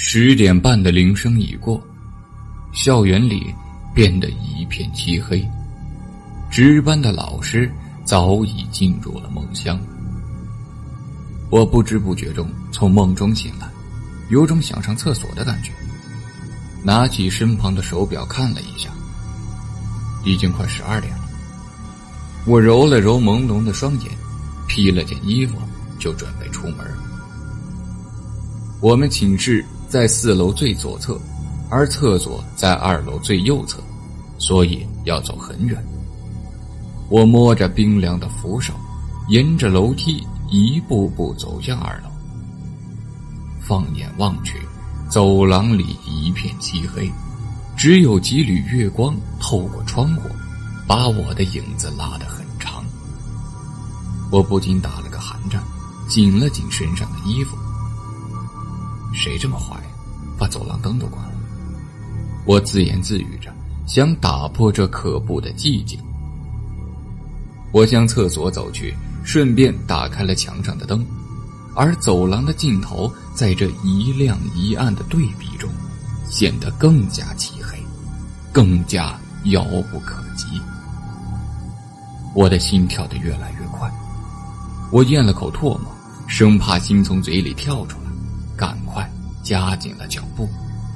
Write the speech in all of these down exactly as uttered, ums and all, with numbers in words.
十点半的铃声已过，校园里变得一片漆黑，值班的老师早已进入了梦乡。我不知不觉中从梦中醒来，有种想上厕所的感觉。拿起身旁的手表看了一下，已经快十二点了。我揉了揉朦胧的双眼，披了件衣服就准备出门。我们寝室在四楼最左侧，而厕所在二楼最右侧，所以要走很远。我摸着冰凉的扶手，沿着楼梯一步步走向二楼。放眼望去，走廊里一片漆黑，只有几缕月光透过窗户，把我的影子拉得很长。我不禁打了个寒战，紧了紧身上的衣服。谁这么坏，把走廊灯都关了？我自言自语着，想打破这可怖的寂静。我向厕所走去，顺便打开了墙上的灯，而走廊的尽头在这一亮一暗的对比中显得更加漆黑，更加遥不可及。我的心跳得越来越快，我咽了口唾沫，生怕心从嘴里跳出来，赶快加紧了脚步。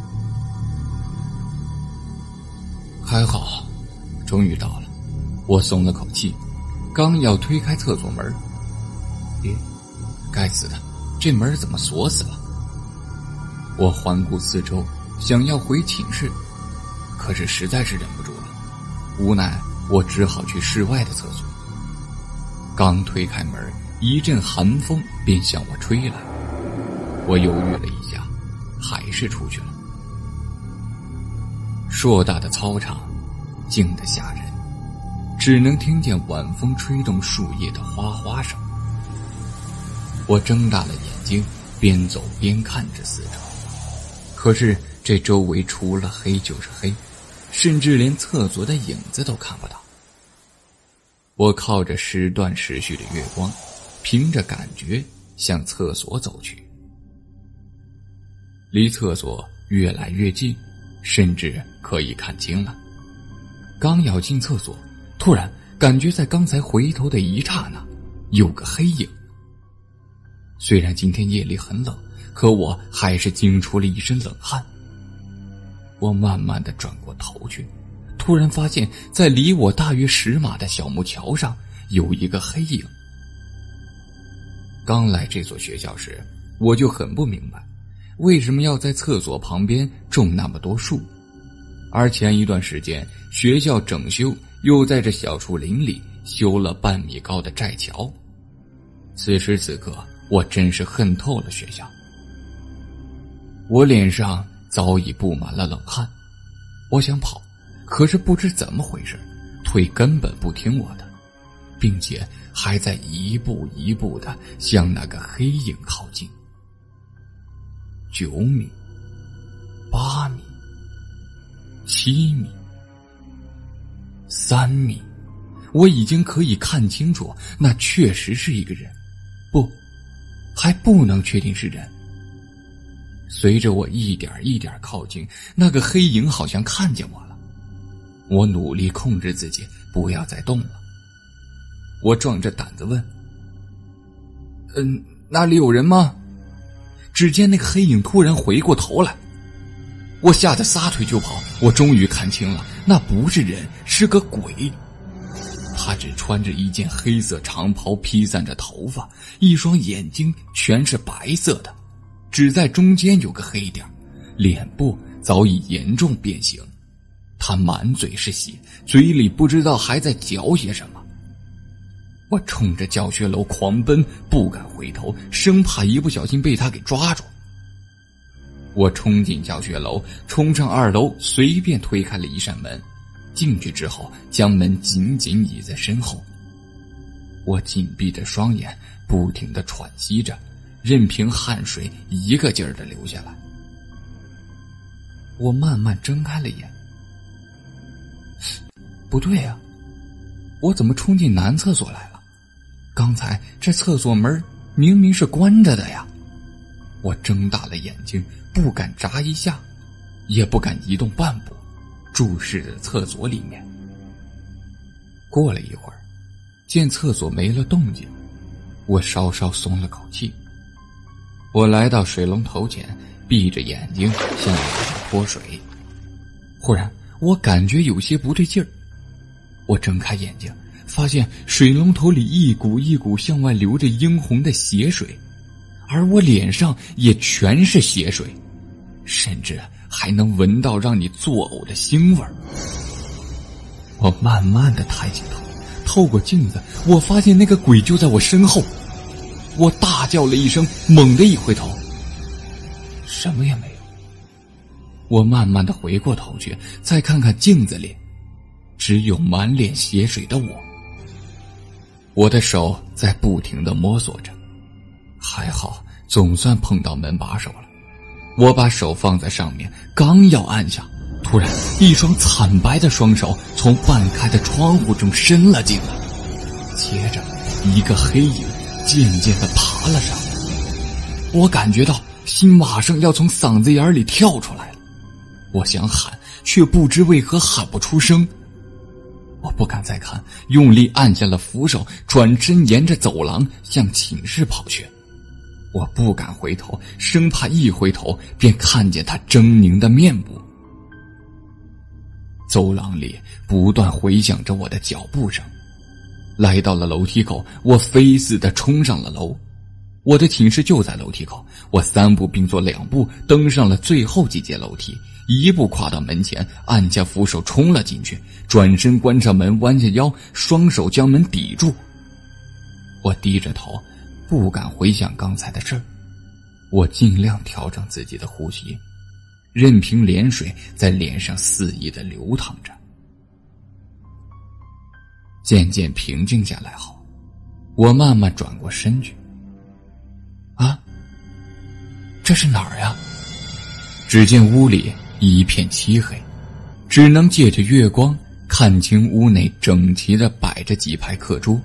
还好，终于到了，我松了口气，刚要推开厕所门，咦，该死的，这门怎么锁死了？我环顾四周，想要回寝室，可是实在是忍不住了，无奈我只好去室外的厕所。刚推开门，一阵寒风便向我吹来，我犹豫了一下，还是出去了。硕大的操场静得吓人，只能听见晚风吹动树叶的哗哗声。我睁大了眼睛，边走边看着四周，可是这周围除了黑就是黑，甚至连厕所的影子都看不到。我靠着时断时续的月光，凭着感觉向厕所走去。离厕所越来越近，甚至可以看清了。刚要进厕所，突然感觉在刚才回头的一刹那，有个黑影。虽然今天夜里很冷，可我还是惊出了一身冷汗。我慢慢地转过头去，突然发现在离我大约十码的小木桥上有一个黑影。刚来这所学校时，我就很不明白，为什么要在厕所旁边种那么多树，而前一段时间学校整修，又在这小树林里修了半米高的栈桥。此时此刻，我真是恨透了学校。我脸上早已布满了冷汗，我想跑，可是不知怎么回事，腿根本不听我的，并且还在一步一步地向那个黑影靠近。九米，八米，七米，三米，我已经可以看清楚，那确实是一个人，不，还不能确定是人。随着我一点一点靠近，那个黑影好像看见我了。我努力控制自己不要再动了。我壮着胆子问：嗯，那里有人吗？只见那个黑影突然回过头来，我吓得撒腿就跑。我终于看清了，那不是人，是个鬼。他只穿着一件黑色长袍，披散着头发，一双眼睛全是白色的，只在中间有个黑点，脸部早已严重变形。他满嘴是血，嘴里不知道还在嚼些什么。我冲着教学楼狂奔，不敢回头，生怕一不小心被他给抓住。我冲进教学楼，冲上二楼，随便推开了一扇门。进去之后，将门紧紧倚在身后。我紧闭着双眼，不停地喘息着，任凭汗水一个劲儿地流下来。我慢慢睁开了眼，不对啊，我怎么冲进男厕所来了？刚才这厕所门明明是关着的呀。 我睁大了眼睛，不敢眨一下，也不敢移动半步，注视着厕所里面。过了一会儿，见厕所没了动静，我稍稍松了口气。我来到水龙头前，闭着眼睛向脸上泼水。忽然我感觉有些不对劲儿，我睁开眼睛，发现水龙头里一股一股向外流着殷红的血水，而我脸上也全是血水，甚至还能闻到让你作呕的腥味儿。我慢慢地抬起头，透过镜子，我发现那个鬼就在我身后。我大叫了一声，猛地一回头，什么也没有。我慢慢地回过头去，再看看镜子里，只有满脸血水的我。我的手在不停地摸索着，还好总算碰到门把手了。我把手放在上面，刚要按下，突然一双惨白的双手从半开的窗户中伸了进来，接着一个黑影渐渐地爬了上来。我感觉到心马上要从嗓子眼里跳出来了，我想喊，却不知为何喊不出声。我不敢再看，用力按下了扶手，转身沿着走廊向寝室跑去。我不敢回头，生怕一回头便看见他狰狞的面部。走廊里不断回响着我的脚步声，来到了楼梯口，我飞似的冲上了楼。我的寝室就在楼梯口，我三步并作两步登上了最后几节楼梯，一步跨到门前，按下扶手冲了进去，转身关上门，弯下腰，双手将门抵住。我低着头，不敢回想刚才的事儿，我尽量调整自己的呼吸，任凭脸水在脸上肆意地流淌着。渐渐平静下来后，我慢慢转过身去。啊，这是哪儿呀？只见屋里一片漆黑，只能借着月光看清屋内整齐地摆着几排课桌。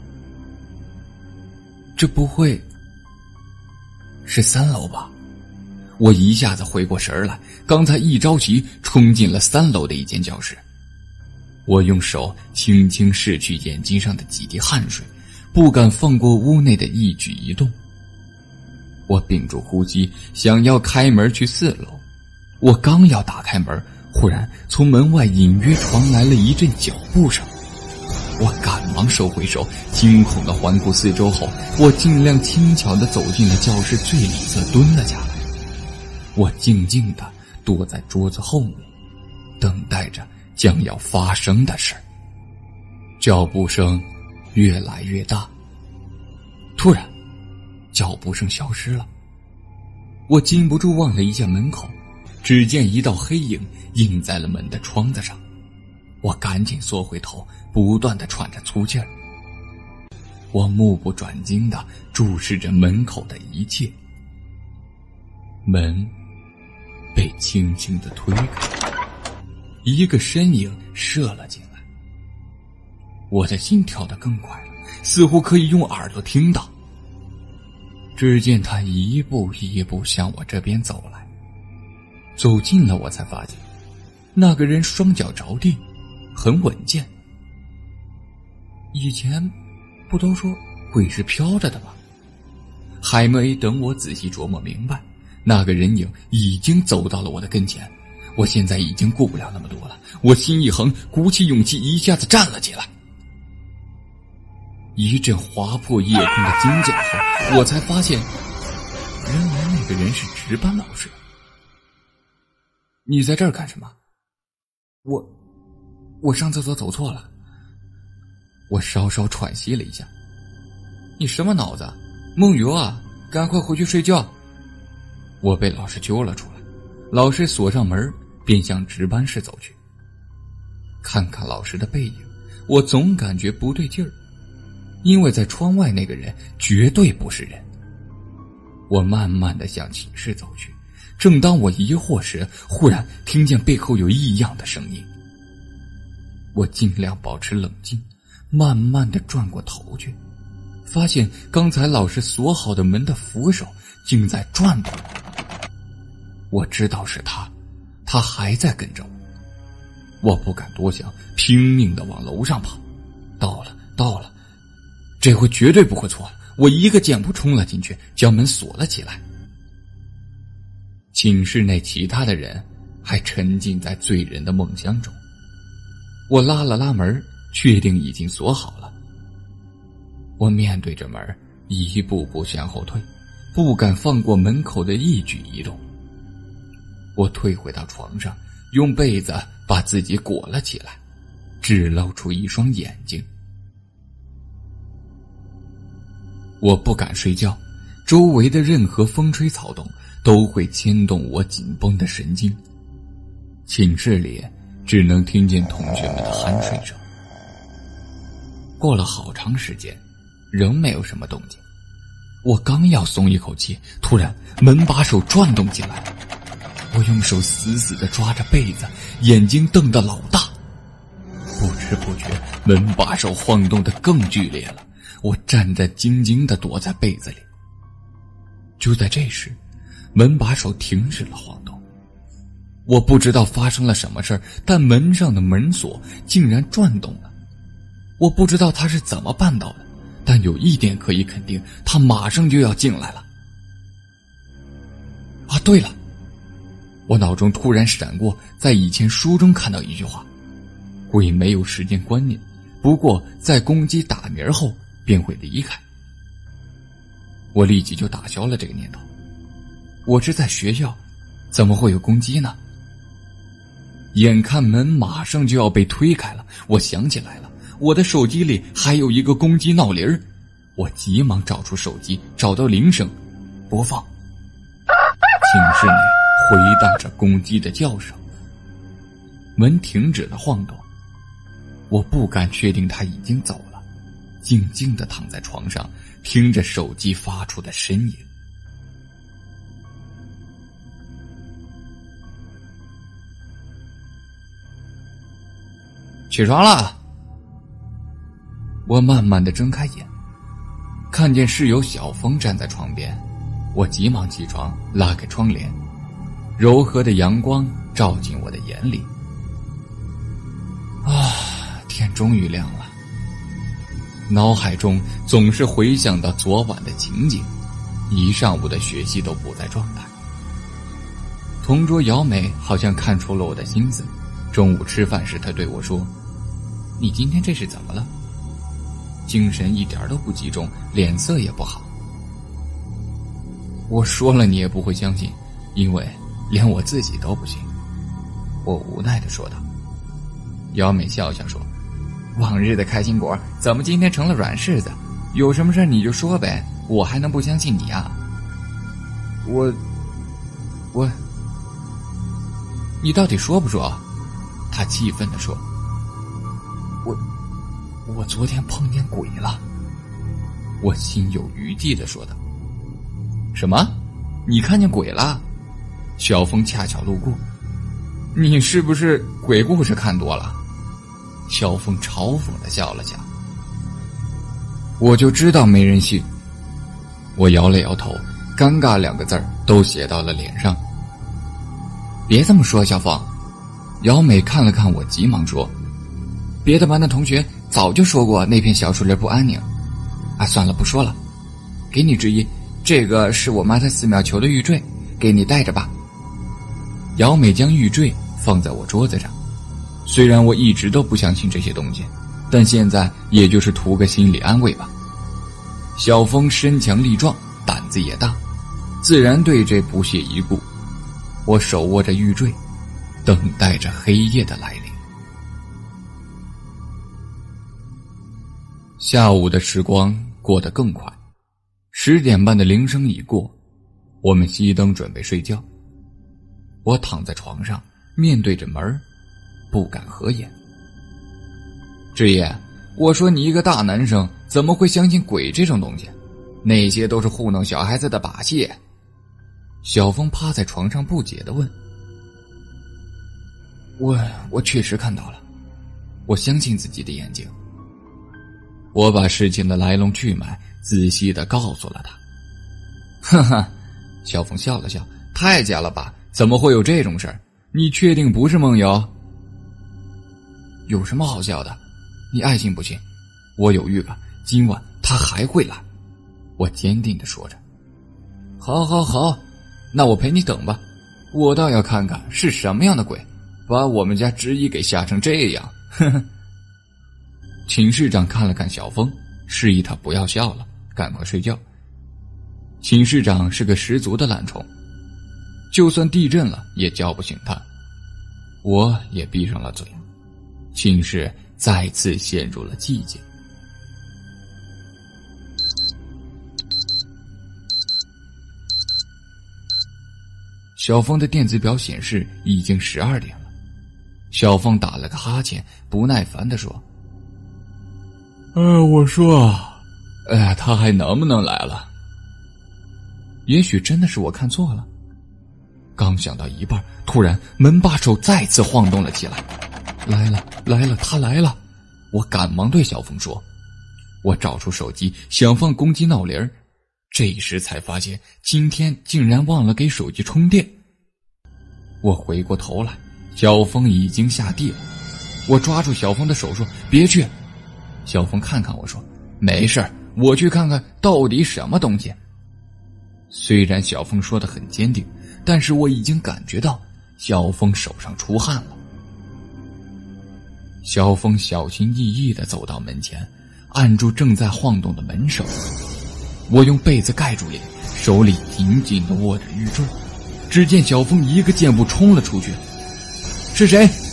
这不会是三楼吧？我一下子回过神来，刚才一着急冲进了三楼的一间教室。我用手轻轻拭去眼睛上的几滴汗水，不敢放过屋内的一举一动。我屏住呼吸，想要开门去四楼。我刚要打开门，忽然从门外隐约传来了一阵脚步声。我赶忙收回手，惊恐地环顾四周后，我尽量轻巧地走进了教室最里侧，蹲了下来。我静静地躲在桌子后面，等待着将要发生的事。脚步声越来越大，突然脚步声消失了。我禁不住望了一下门口，只见一道黑影映在了门的窗子上。我赶紧缩回头，不断地喘着粗气儿。我目不转睛地注视着门口的一切。门被轻轻地推开，一个身影射了进来。我的心跳得更快了，似乎可以用耳朵听到。只见他一步一步向我这边走来，走近了我才发现，那个人双脚着地，很稳健。以前不都说鬼是飘着的吗？还没等我仔细琢磨明白，那个人影已经走到了我的跟前。我现在已经顾不了那么多了，我心一横，鼓起勇气一下子站了起来。一阵划破夜空的惊叫后，我才发现原来那个人是值班老师。你在这儿干什么？我我上厕所走错了。我稍稍喘息了一下。你什么脑子？梦游啊，赶快回去睡觉。我被老师揪了出来，老师锁上门，便向值班室走去。看看老师的背影，我总感觉不对劲儿，因为在窗外那个人绝对不是人。我慢慢地向寝室走去，正当我疑惑时，忽然听见背后有异样的声音。我尽量保持冷静，慢慢地转过头去，发现刚才老师锁好的门的扶手竟在转动。 我知道是他，他还在跟着我。我不敢多想，拼命地往楼上跑。到了，到了，这回绝对不会错。我一个箭步冲了进去，将门锁了起来。寝室内其他的人还沉浸在醉人的梦乡中。我拉了拉门，确定已经锁好了。我面对着门，一步步向后退，不敢放过门口的一举一动。我退回到床上，用被子把自己裹了起来，只露出一双眼睛。我不敢睡觉，周围的任何风吹草动都会牵动我紧绷的神经。寝室里只能听见同学们的酣睡声。过了好长时间，仍没有什么动静。我刚要松一口气，突然门把手转动起来。我用手死死地抓着被子，眼睛瞪得老大。不知不觉，门把手晃动得更剧烈了。我战战兢兢地躲在被子里。就在这时，门把手停止了晃动。我不知道发生了什么事儿，但门上的门锁竟然转动了。我不知道他是怎么办到的，但有一点可以肯定，他马上就要进来了。啊，对了，我脑中突然闪过在以前书中看到一句话：鬼没有时间观念，不过在公鸡打鸣后便会离开。我立即就打消了这个念头。我是在学校，怎么会有公鸡呢？眼看门马上就要被推开了，我想起来了，我的手机里还有一个公鸡闹铃儿。我急忙找出手机，找到铃声，播放。寝室内回荡着公鸡的叫声。门停止了晃动。我不敢确定他已经走了，静静地躺在床上，听着手机发出的呻吟。起床了。我慢慢地睁开眼，看见室友小峰站在床边。我急忙起床，拉开窗帘，柔和的阳光照进我的眼里。啊，天终于亮了。脑海中总是回想到昨晚的情景，一上午的学习都不在状态。同桌姚美好像看出了我的心思，中午吃饭时她对我说：你今天这是怎么了？精神一点都不集中，脸色也不好。我说了你也不会相信，因为连我自己都不信。我无奈地说道。姚美笑笑说：往日的开心果怎么今天成了软柿子？有什么事你就说呗，我还能不相信你啊？我我你到底说不说？他气愤地说。我我昨天碰见鬼了。我心有余悸地说道。什么？你看见鬼了？小峰恰巧路过。你是不是鬼故事看多了？小峰嘲讽地笑了笑。我就知道没人信。我摇了摇头，尴尬两个字儿都写到了脸上。别这么说，小峰。姚美看了看我，急忙说：别的班的同学早就说过那片小树林不安宁。啊，算了，不说了。给你之一，这个是我妈在寺庙求的玉坠，给你带着吧。姚美将玉坠放在我桌子上。虽然我一直都不相信这些东西，但现在也就是图个心理安慰吧。小峰身强力壮，胆子也大，自然对这不屑一顾。我手握着玉坠，等待着黑夜的来临。下午的时光过得更快，十点半的铃声已过，我们熄灯准备睡觉。我躺在床上，面对着门，不敢合眼。志业，我说你一个大男生怎么会相信鬼这种东西？那些都是糊弄小孩子的把戏。小峰趴在床上不解地问。我我确实看到了，我相信自己的眼睛。我把事情的来龙去脉仔细地告诉了他。哈哈，小峰笑了笑，太假了吧， 怎么会有这种事儿？你确定不是梦游？有什么好笑的？你爱信不信？我有预感，今晚他还会来。我坚定地说着。好好好，那我陪你等吧。我倒要看看是什么样的鬼，把我们家之一给吓成这样。呵呵。寝室长看了看小峰，示意他不要笑了，赶快睡觉。寝室长是个十足的懒虫，就算地震了也叫不醒他。我也闭上了嘴。寝室再次陷入了寂静。小峰的电子表显示已经十二点了。小峰打了个哈欠，不耐烦地说：呃，我说，呃，他还能不能来了？也许真的是我看错了。刚想到一半，突然门把手再次晃动了起来。来了，来了，他来了！我赶忙对小峰说。我找出手机，想放公鸡闹铃，这时才发现今天竟然忘了给手机充电。我回过头来，小峰已经下地了。我抓住小峰的手说：别去！小峰看看我说：没事，我去看看到底什么东西。虽然小峰说得很坚定，但是我已经感觉到小峰手上出汗了。小峰小心翼翼地走到门前，按住正在晃动的门手。我用被子盖住脸，手里紧紧地握着玉坠。只见小峰一个箭步冲了出去。是谁？